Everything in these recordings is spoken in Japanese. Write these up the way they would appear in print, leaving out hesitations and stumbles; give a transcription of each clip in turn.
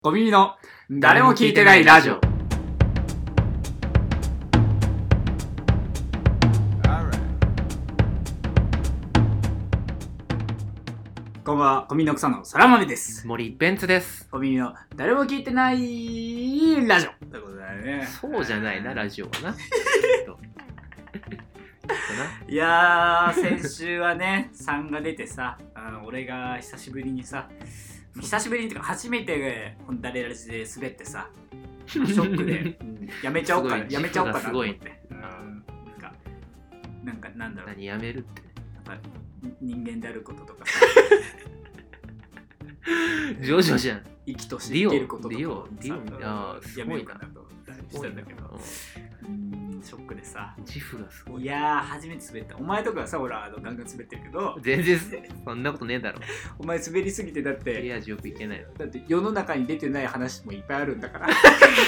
小耳の誰も聞いてないラジオ。こんばんは、小耳の草の空豆です。 森ベンツです。 小耳の誰も聞いてないラジオということだよね。 そうじゃないな、ラジオはな。 いやー、先週はね、3が出てさ、俺が久しぶりにさ、久しぶりにっていうか初めて誰ラジで滑ってさ、ショックで、やめちゃおうかなと思って。なんだろう。 何やめるって。 なんか人間であることとかさ。 ジョジョじゃん。 生きとして生きることとかディオやめようかなとしたんだけど、ショックでさ、 自負がすごい。 いやー、初めて滑った。お前とかはさ、俺はガンガン滑ってるけど、 全然そんなことねえだろ。 お前滑りすぎて、だって切れ味よくいけない。 だって世の中に出てない話もいっぱいあるんだから。し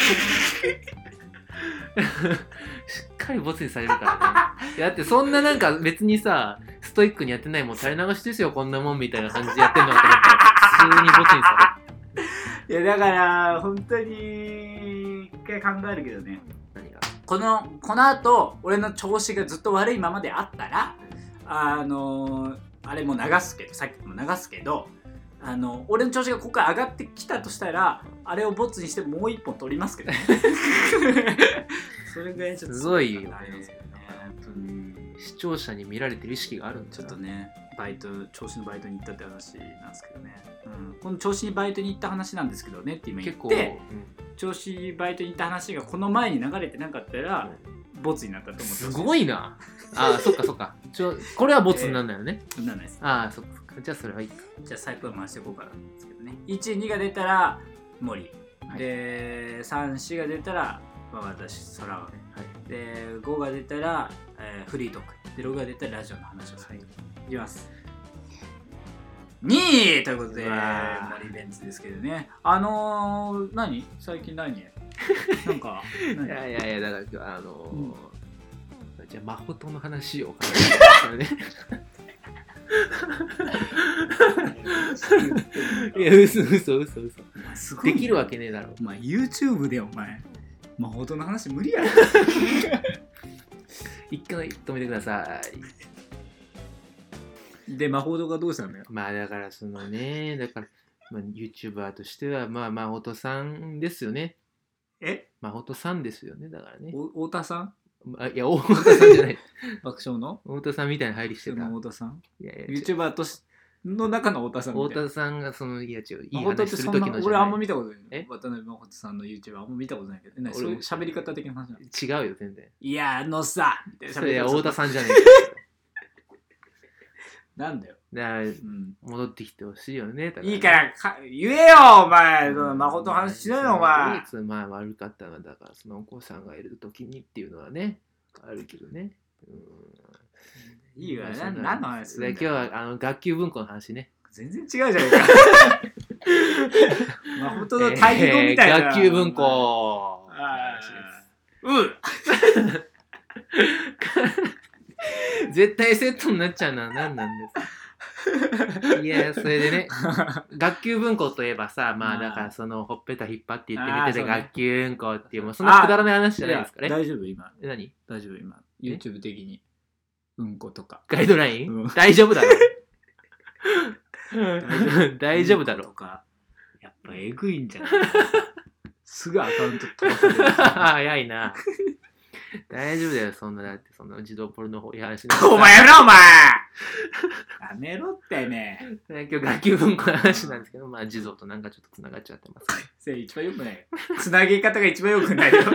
っかりボツにされるからね。だってそんななんか別にさ、ストイックにやってないもん垂れ流しですよこんなもんみたいな感じでやってんのかと思ったら普通にボツにされる。いやだから本当に一回考えるけどね。 何が？ この後俺の調子がずっと悪いままであったら、あれも流すけど、さっきも流すけど、俺の調子がここから上がってきたとしたら、あれをボツにしてもう一本取りますけどね。それぐらいちょっとすごいよね。 ね、 視聴者に見られてる意識があるんだ。 ちょっとね、調子のバイトに行ったって話なんですけどね、この調子にバイトに行った話なんですけどねって今言って、調子バイトに行った話がこの前に流れてなかったら、ボツになったと思ってすごいな。ああ、そっかそっか。これはボツになるんだよね。 なんないです。 ああ、そっか。じゃあそれはいいか。 じゃあサイクル回していこうかなんですけどね。1、2が出たら森、 はい、 で3、4が出たら、私空豆、はい、で5が出たら、フリートークで、6が出たらラジオの話をする。いきます。2位ということで森ベンツですけどね。何最近何なんかいやだからじゃあマホトの話を考えていや嘘できるわけねえだろ。 お前 YouTube でお前マホトの話無理やろ。 一回止めてください。でマホトがどうしたんだよ。 まあだからYouTuber としてはマホトさんですよね。マホトさんですよね。だからね。 太田さん？ いや、太田さんじゃない。 爆笑の太田さんみたいな入りしてた。 太田さん？ いや YouTuber との中の太田さんみたいな。 太田さんがいい話する時のじゃない。俺あんま見たことない。渡辺真帆さんの YouTuber あんま見たことないけど、そういう喋り方的な話なの？違うよ、全然。 いや、さそれ太田さんじゃねえなんだよ。 戻ってきてほしいよね。 いいから言えよ、お前。真帆と話しないよ、お前。 悪かったのは、だからそのお子さんがいる時にっていうのはね、あるけどね。 いいわ、何の話するんだよ。 今日は学級文庫の話ね。 全然違うじゃないか。真帆との対義語みたいな。 学級文庫。絶対セットになっちゃうのは何なんですか。いや、それでね、学級文庫といえばさ、だからほっぺた引っ張って言ってみてて、学級文庫っていう、もうそんなくだらない話じゃないですかね。 大丈夫今。 何？ 大丈夫今。YouTube 的に。うんことか。 ガイドライン？大丈夫だろ。大丈夫だろ。 やっぱエグいんじゃない？すぐアカウント飛ばされる。 早いな。大丈夫だよ、だって児童ポルノ法違反しない。 お前やめろ、お前。やめろってね。 今日学級文庫の話なんですけど、児童となんかちょっとつながっちゃってますね。 それ一番良くないよ。つなげ方が一番良くないよ。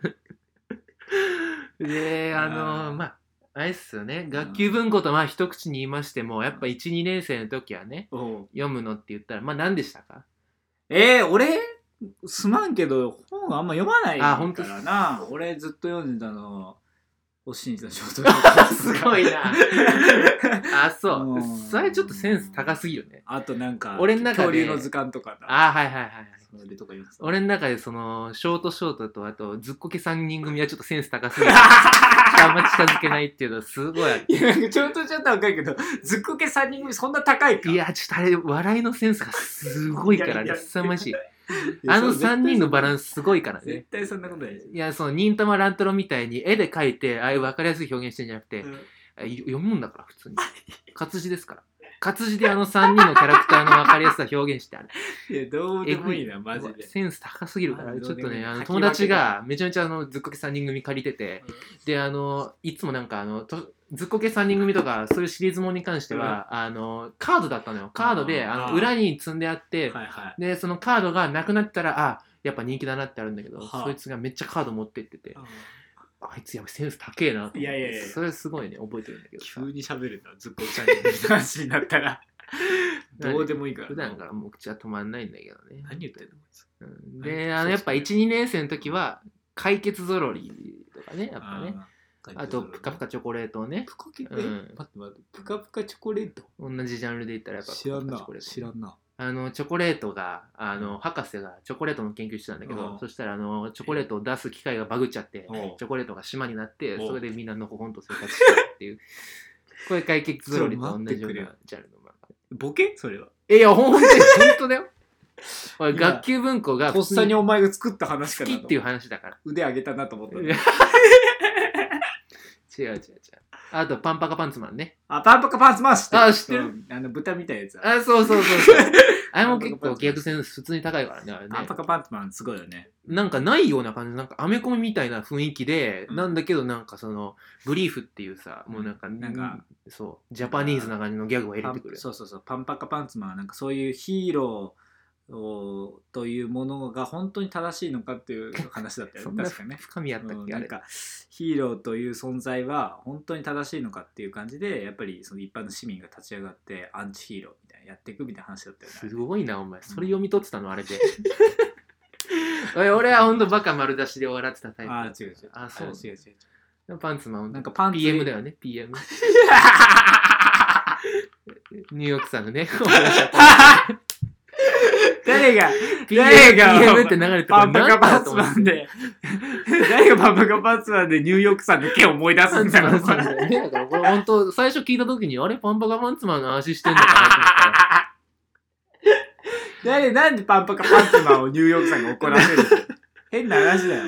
で、あれっすよね、学級文庫と一口に言いましても、やっぱ1、2年生の時はね、読むのって言ったら、何でしたか？ 俺すまんけど本あんま読まないからな。俺ずっと読んでたのおしんちのショートすごいな。そうそれちょっとセンス高すぎるね。 あとなんか俺の中で恐竜の図鑑とかはいそれとか俺の中でショートとあとずっこけ3人組はちょっとセンス高すぎる。あんま近づけないっていうのはすごいある。 いやなんかちょっとわかるけど、ずっこけ3人組そんな高いか？ いやちょっとあれ笑いのセンスがすごいからね、凄まじい。 あの3人のバランススすごいからね。 絶対そんなことないし。 いや、その忍たま乱太郎みたいに絵で描いて、ああいう分かりやすい表現してんじゃなくて、読むんだから普通に。活字ですから。活字であの3人のキャラクターの分かりやすさ表現してある。 いや、どうでもいいな、マジで。 センス高すぎるから、ちょっとね、 どうでもいい友達がめちゃめちゃずっこけ3人組借りてて、で、いつもなんかずっこけ3人組とか、そういうシリーズものに関しては、カードだったのよ。カードで、裏に積んであって、 はいはい。 で、そのカードがなくなったら、あ、やっぱ人気だなってあるんだけど、 はあそいつがめっちゃカード持ってってて、あいつやべセンス高えなと思って。 いやいやいやそれすごいね、覚えてるんだけどさ。 急に喋るんだ、ずっこちゃんの話になったら。どうでもいいから。 普段からもう口は止まんないんだけどね。 何言ってんのこいつ。 で、やっぱ1、2年生の時は、解決ぞろりとかね、やっぱね。あと、ぷかぷかチョコレートをね。 ぷかぷか、待って待って、ぷかぷかチョコレート。 同じジャンルで言ったらやっぱ知らんな、知らんな。 チョコレートが、博士がチョコレートの研究してたんだけど、そしたらチョコレートを出す機械がバグっちゃって、チョコレートが島になって、それでみんなのほほんと生活したっていう。これ解決ぞろりと同じようなジャンルの漫画。 ボケそれは。 いや、本当だよ。学級文庫がとっさにお前が作った話か好きっていう話だから。 腕上げたなと思った。 違う。あと、パンパカパンツマンね。 パンパカパンツマン知ってる。 知ってる豚みたいなやつ。 そう。あれも結構逆線普通に高いからね、あれね。 パンパカパンツマンすごいよね。 なんかないような感じ、なんかアメコミみたいな雰囲気で、なんだけどなんかブリーフっていうさ、もうなんか、そう、ジャパニーズな感じのギャグを入れてくる。 そう。パンパカパンツマンはなんかそういうヒーロー、というものが本当に正しいのかっていう話だったよね。確かね。 深みあったっけ、あれ。 なんかヒーローという存在は本当に正しいのかっていう感じで、やっぱりその一般の市民が立ち上がってアンチヒーローみたいなやっていくみたいな話だったよね。 すごいなお前、それ読み取ってたのあれで。俺は本当バカ丸出しで笑ってたタイプ。 違う。 そう違う。 パンツマンなんかパンツ PM だよね、PM。ニューヨークさんのね。 誰が PM って流れてパンパカパンツマンで誰がパンパカパンツマンでニューヨークさんの件を思い出すんだろう。 だからこれ本当最初聞いた時にあれパンパカパンツマンの話してんのかなと思ったらなんでパンパカパンツマンをニューヨークさんが怒らせる変な話だよ。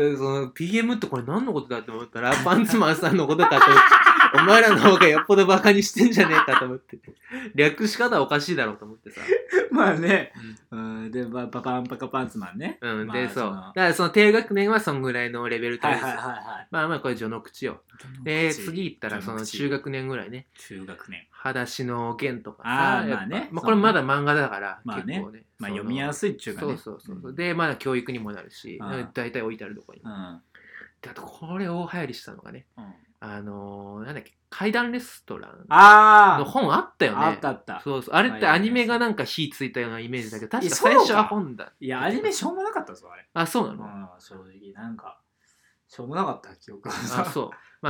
PM ってこれ何のことだって思ったらパンツマンさんのことかと思ってお前らの方がよっぽどバカにしてんじゃねえかと思って略し方おかしいだろうと思ってさ。 まあね、でパンパカパンツマンね。 でそうだからその低学年はそんぐらいのレベルとです。まあこれ序の口よ。で次行ったらその中学年ぐらいね。 中学年。 裸足の弦とかさ。 まあね。 これまだ漫画だから結構ね。 まあ読みやすいっちゅうかね。 そう。でまだ教育にもなるし、大体置いてあるとこに。であとこれ大流行りしたのがね。なんだっけ怪談レストランの本あったよね。 あった。 そうあれってアニメがなんか火ついたようなイメージだけど確か最初は本だ。 いやアニメしょうもなかったぞあれ。 そうなの。 正直なんかしょうもなかった記憶がそう。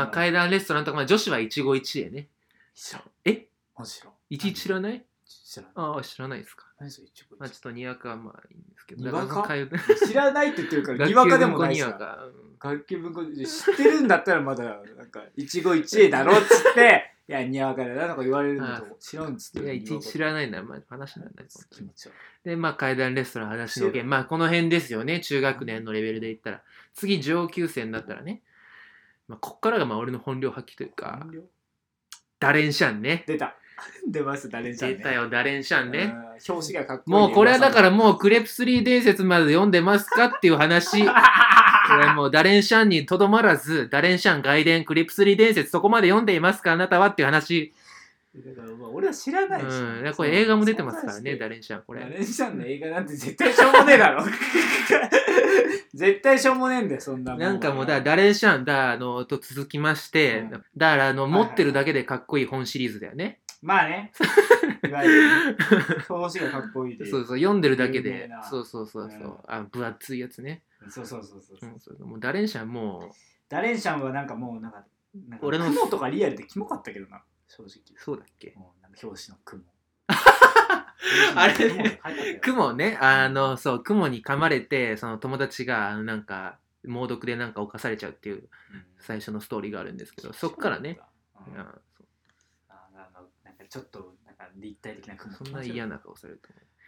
怪談レストランとか女子は一期一会ね。 もちろん。 一知らない？ 知らない。 知らないですか。 何それ一期一会。 ちょっとにわかはまあいいんですけど。 にわか知らないって言ってるからにわかでもないし。学級文庫知ってるんだったらまだなんか一期一会だろっつっていやにわかだなとか言われるんだと知らんっつって。 いや一日知らないなら話なんだよ。 気持ち悪い。 で怪談レストラン話の件この辺ですよね。中学年のレベルで言ったら次上級生になったらね。こっからが俺の本領発揮というか。ダレンシャンね。出ますダレンシャンね。出たよダレンシャンね。 表紙がかっこいい。 もうこれはだからもうクレプスリー伝説まで読んでますかっていう話。これもうダレンシャンにとどまらずダレンシャン外伝クレプスリー伝説そこまで読んでいますかあなたはっていう話。 俺は知らないし。 これ映画も出てますからねダレンシャンこれ。 ダレンシャンの映画なんて絶対しょうもねえだろ。絶対しょうもねえんだよそんなもん。 なんかもうダレンシャンと続きまして、だから持ってるだけでかっこいい本シリーズだよね。 まあね。いわゆる表紙がかっこいいで。 そう読んでるだけで。そう。分厚いやつね。 そう。 もうダレンシャンもう。 ダレンシャンはなんかもうなんか俺の雲とかリアルでキモかったけどな正直。 そうだっけ。 なんか表紙の雲。 あれ雲ねそう雲に噛まれてその友達がなんか猛毒でなんか侵されちゃうっていう最初のストーリーがあるんですけどそっからね。 なんかちょっとなんか立体的な雲。 そんな嫌な顔されると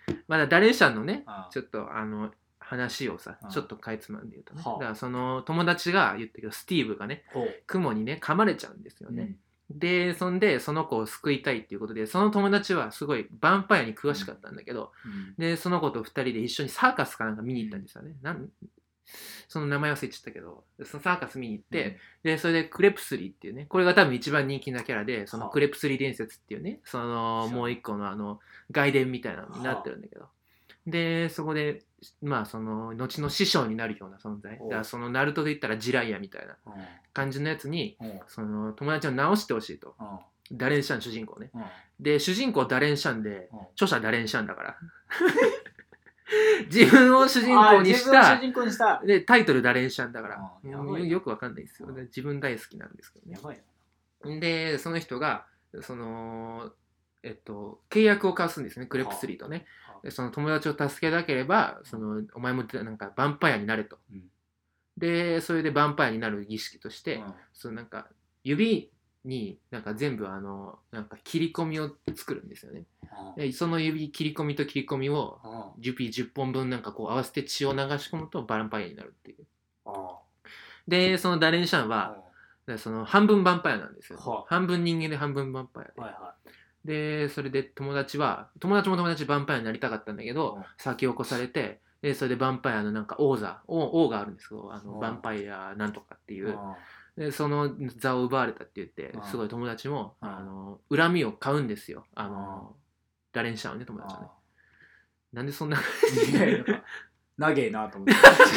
まだダレンシャンのねああちょっと話をさああちょっとかいつまんで言うとね、 はあだからその友達が言ったけどスティーブがねほうクモにね噛まれちゃうんですよね、でそんでその子を救いたいっていうことでその友達はすごいヴァンパイアに詳しかったんだけど、でその子と2人で一緒にサーカスかなんか見に行ったんですよね、その名前忘れちゃったけどそのサーカス見に行って、でそれでクレプスリーっていうねこれが多分一番人気なキャラでそのクレプスリー伝説っていうねそのもう一個の外伝みたいなのになってるんだけど、でそこでまあその後の師匠になるような存在だからそのナルトで言ったらジライアみたいな感じのやつにその友達を直してほしいと、ダレンシャン主人公ね、で主人公ダレンシャンで著者ダレンシャンだから自分を主人公にしたでタイトルダレンシャンだからよくわかんないですよ、自分大好きなんですけどね。 やばいでその人がその契約を交わすんですねクレプスリーとね、でその友達を助けなければそのお前もなんかヴァンパイアになれと、でそれでヴァンパイアになる儀式として、そのなんか指になんか全部なんか切り込みを作るんですよね、でその指切り込みと切り込みを10本分なんかこう合わせて血を流し込むとヴァンパイアになるっていう、でそのダレンシャンはその半分ヴァンパイアなんですよ、半分人間で半分ヴァンパイアで、でそれで友達もヴァンパイアになりたかったんだけど、先を越されて、でそれでヴァンパイアのなんか王があるんですけどヴァンパイアなんとかっていう、でその座を奪われたって言ってすごい友達も恨みを買うんですよ、ダレンシャンはね友達はね、なんでそんな長えなと思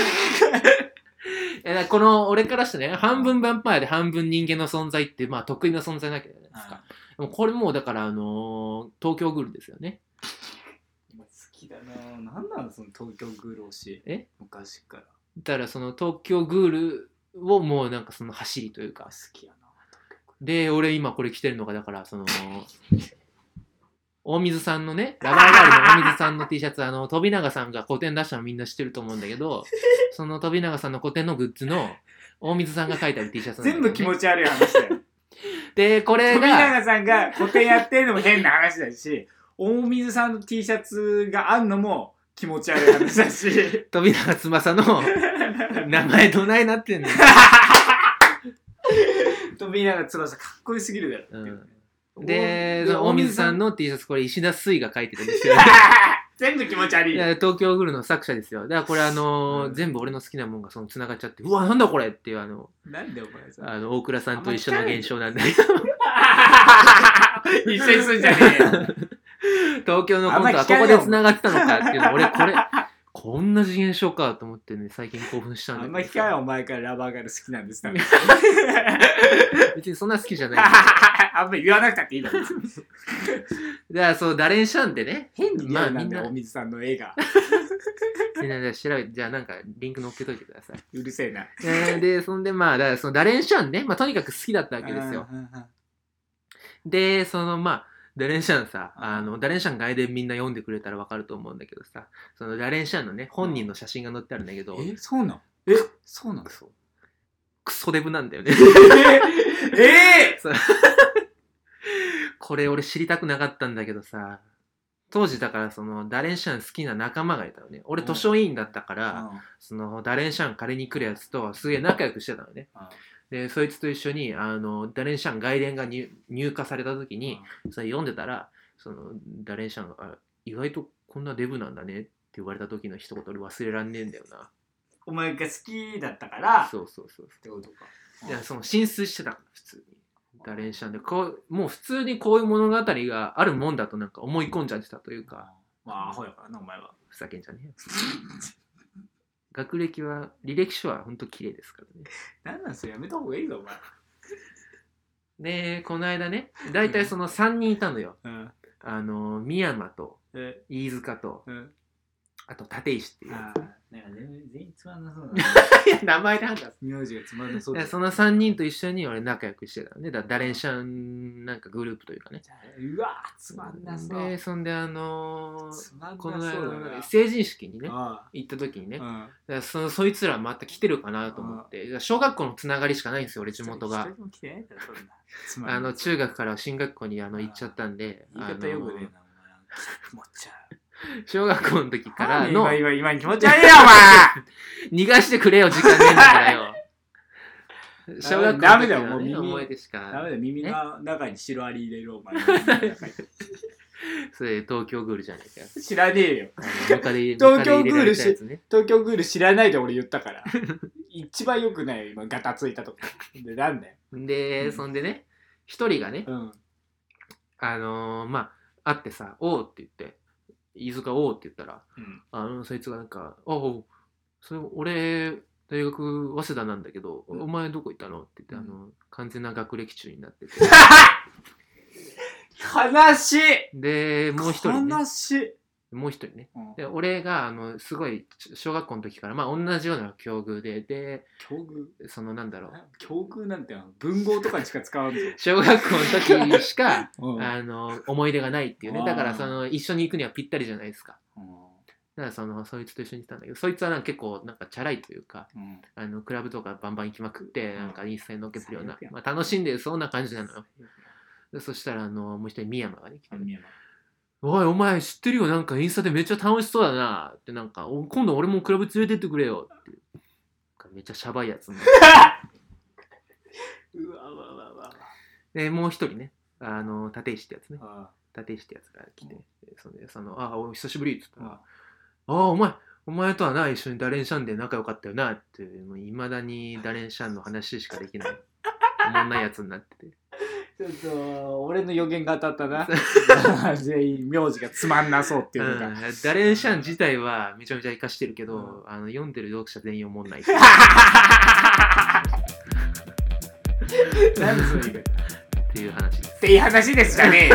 ってこの俺からしてね半分ヴァンパイアで半分人間の存在ってまあ得意な存在なわけじゃないですか、でもこれもうだから東京グールですよね。 好きだな。なんなのその東京グール推し。昔から。 だからその東京グールをもうなんかその走りというか。 好きやな。 で俺今これ着てるのがだからその大水さんのねラバーガールの大水さんの T シャツ飛永さんが個展出したのみんな知ってると思うんだけどその飛永さんの個展のグッズの大水さんが書いてある T シャツなんだよね、 全部気持ち悪い話だよ。 でこれが飛永さんが個展やってるのも変な話だし大水さんの T シャツがあんのも気持ち悪い話だし飛永翼の名前どないなってんの飛永翼かっこよすぎるだろ、 で大水さんの T シャツこれ石田水が書いてるんですよ全部気持ち悪い。 東京グルの作者ですよ。だからこれ全部俺の好きなもんがその繋がっちゃってうわなんだこれっていうなんでお前さ大倉さんと一緒の現象なんだけど一緒にすんじゃねえよ東京のコントはここで繋がってたのかっていうの俺こんな次元症かと思ってね最近興奮したんだけど、 あんま聞かないお前からラバーガール好きなんですか別にそんな好きじゃないあんま言わなくたっていいだろだからそうダレンシャンでね変に似合うなんだよ、お水さんの映画調べじゃあなんかリンク載っけといてください。 うるせえなでそんでまあだからそのダレンシャンね、まあ、とにかく好きだったわけですよ。でそのまあダレンシャンさダレンシャン外伝みんな読んでくれたら分かると思うんだけどさそのダレンシャンのね本人の写真が載ってあるんだけどそうなんそうなんですよクソデブなんだよねこれ俺知りたくなかったんだけどさ当時だからそのダレンシャン好きな仲間がいたのね。俺図書委員だったから、そのダレンシャン借りに来るやつとすげえ仲良くしてたのね。でそいつと一緒にダレンシャン外伝が入荷された時に、それ読んでたらそのダレンシャンが意外とこんなデブなんだねって言われた時の一言俺忘れらんねえんだよな。 お前が好きだったからそうってことか。 いやその浸水してたから普通にダレンシャンでもう普通にこういう物語があるもんだとなんか思い込んじゃってたというか、 まあアホやからなお前は。 ふざけんじゃねえよ学歴は履歴書はほんと綺麗ですからね。 なんなんそれやめた方がいいぞお前。 でこの間ねだいたいその3人いたのよ、深山と飯塚と、あと立石っていうなんか全員つまんなそうだね名前で判断する名字がつまんなそうだ、 その3人と一緒に俺仲良くしてたのね。ダレンシャンなんかグループというかね。 うわつまんなそうでそんでこの間成人式にね行った時にね、そいつらまた来てるかなと思って小学校のつながりしかないんですよ俺地元が。中学から進学校に行っちゃったんで言い方よくねえなお前気持ちゃう小学校の時からの今気持ち悪いよお逃がしてくれよ時間ねえんだからよ小学校の時の、ね、思い出しかダメだよ耳の中にシロアリ入れるお前それ東京グールじゃないかよ知らねえよ東京グール知らないで俺言ったから一番良くないよ今ガタついたとこでなんだよで、そんでね一人がね、まあ会ってさおうって言って飯塚おうって言ったら、そいつがなんかそれ俺大学早稲田なんだけど、お前どこ行ったのって言って、完全な学歴中になってて悲しいでもう一人ね悲しいもう一人ね、で俺がすごい小学校の時からまあ同じような境遇で境遇そのなんだろう境遇なんて文豪とかにしか使わんぞ小学校の時しか思い出がないっていうねだから一緒に行くにはぴったりじゃないですかだからそいつと一緒に行ったんだけどそいつはなんか結構なんかチャラいというか、クラブとかバンバン行きまくってなんかインスタに載っけてるような、まあ、楽しんでそうな感じなのよでそしたらもう一人宮山がね来ておいお前知ってるよなんかインスタでめっちゃ楽しそうだなってなんか今度俺もクラブ連れてってくれよってめっちゃシャバいやつもうわうわうわうわでもう一人ね立石ってやつね立石ってやつが来てお久しぶりって言ったらお前とはな一緒にダレンシャンで仲良かったよなっていまだにダレンシャンの話しかできないおもんないやつになっててちょっと俺の予言が当たったな全員名字がつまんなそうっていうのが、 ダレンシャン自体はめちゃめちゃ活かしてるけど、読んでる読者全員思んない何でそれ言うっていう話ですっていう話ですじゃね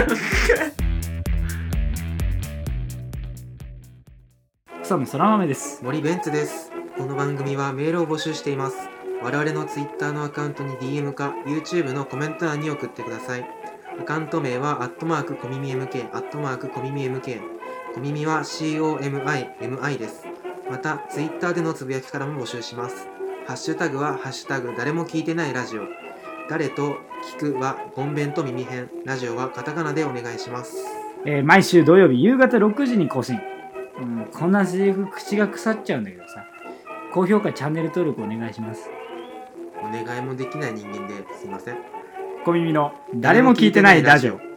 え草野そら豆です森ベンツですこの番組はメールを募集しています我々の Twitter のアカウントに DM か YouTube のコメント欄に送ってくださいアカウント名は@コミミ MK コミミ MK コミミは COMIMI ですまた Twitter でのつぶやきからも募集しますハッシュタグはハッシュタグ誰も聞いてないラジオ誰と聞くはゴンベンと耳編ラジオはカタカナでお願いします、 毎週土曜日夕方6時に更新、こんなセリフ口が腐っちゃうんだけどさ高評価チャンネル登録お願いしますお願いもできない人間ですいません小耳の誰も聞いてないラジオ